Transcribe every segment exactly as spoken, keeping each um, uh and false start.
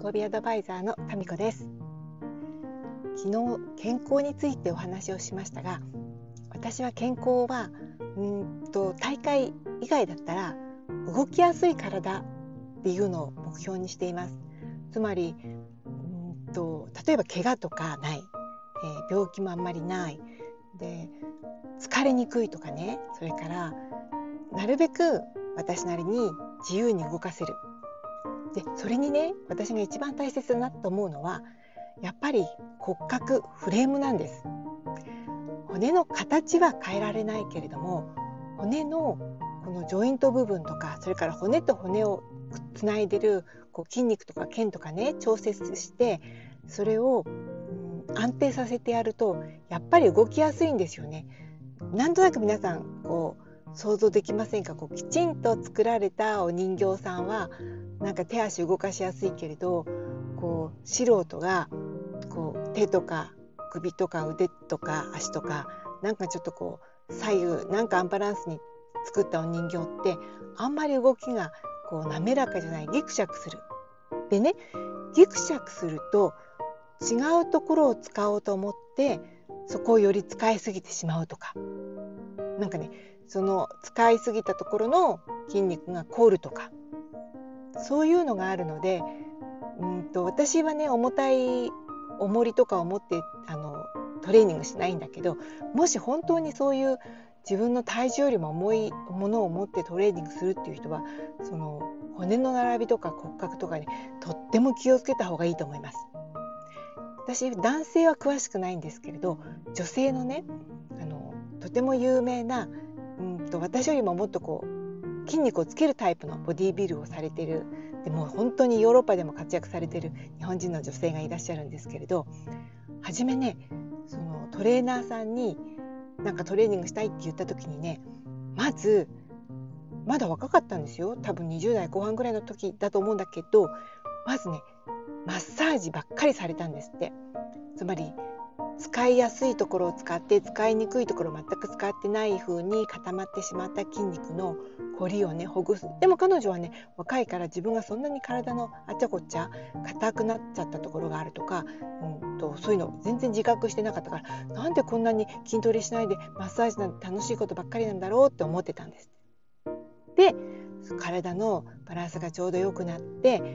喜びアドバイザーのタミコです。昨日健康についてお話をしましたが、私は健康はうんと大会以外だったら動きやすい体っていうのを目標にしています。つまりうんと例えば怪我とかない、えー病気もあんまりないで、疲れにくいとかね、それからなるべく私なりに自由に動かせる。でそれにね、私が一番大切だなと思うのはやっぱり骨格フレームなんです。骨の形は変えられないけれども、骨のこのジョイント部分とか、それから骨と骨をつないでるこう筋肉とか腱とかね、調節してそれを、うん、安定させてやるとやっぱり動きやすいんですよね。なんとなく皆さんこう想像できませんか？こうきちんと作られたお人形さんはなんか手足動かしやすいけれど、こう素人がこう手とか首とか腕とか足とかなんかちょっとこう左右なんかアンバランスに作ったお人形ってあんまり動きがこう滑らかじゃない、ギクシャクする。でね、ギクシャクすると違うところを使おうと思ってそこをより使いすぎてしまうとか、なんかね、その使いすぎたところの筋肉が凍るとか、そういうのがあるので、うんと私はね、重たい重りとかを持ってあのトレーニングしないんだけど、もし本当にそういう自分の体重よりも重いものを持ってトレーニングするっていう人は、その骨の並びとか骨格とかにとっても気をつけた方がいいと思います。私男性は詳しくないんですけれど、女性のね、あのとても有名な、うんと私よりももっとこう筋肉をつけるタイプのボディービルをされている、でも本当にヨーロッパでも活躍されている日本人の女性がいらっしゃるんですけれど、初めね、そのトレーナーさんになんかトレーニングしたいって言った時にね、まずまだ若かったんですよ。多分にじゅう代後半ぐらいの時だと思うんだけど、まずねマッサージばっかりされたんですって。つまり使いやすいところを使って使いにくいところを全く使ってない風に固まってしまった筋肉のこりをねほぐす。でも彼女はね若いから自分がそんなに体のあっちゃこっちゃ硬くなっちゃったところがあるとか、うんとそういうの全然自覚してなかったから、なんでこんなに筋トレしないでマッサージなんて楽しいことばっかりなんだろうって思ってたんです。で体のバランスがちょうど良くなって、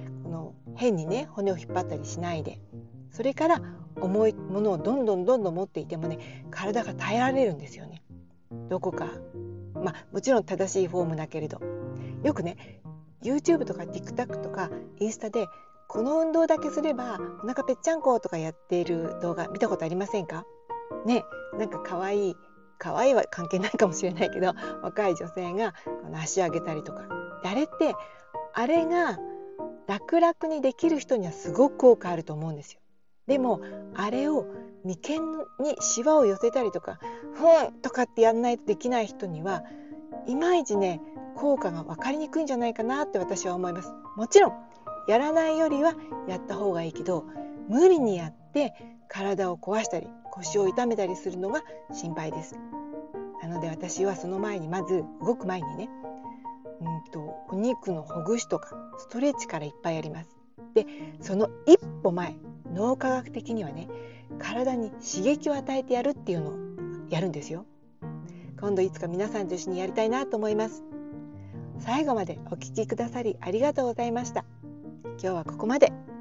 この変にね骨を引っ張ったりしないで、それから重いものをどんどんどんどん持っていてもね、体が耐えられるんですよね。どこかまあもちろん正しいフォームだけれど、よくね YouTube とか TikTok とかインスタでこの運動だけすればお腹ぺっちゃんことかやっている動画見たことありませんかね。なんか可愛い可愛いは関係ないかもしれないけど、若い女性がこの足上げたりとか、あれってあれが楽々にできる人にはすごく効果あると思うんですよ。でもあれを眉間にシワを寄せたりとかふんとかってやんないとできない人にはいまいちね効果が分かりにくいんじゃないかなって私は思います。もちろんやらないよりはやった方がいいけど、無理にやって体を壊したり腰を痛めたりするのが心配です。なので私はその前にまず動く前にね、うんとお肉のほぐしとかストレッチからいっぱいやります。でその一歩前、脳科学的にはね、体に刺激を与えてやるっていうのをやるんですよ。今度いつか皆さんと一緒にやりたいなと思います。最後までお聞きくださりありがとうございました。今日はここまで。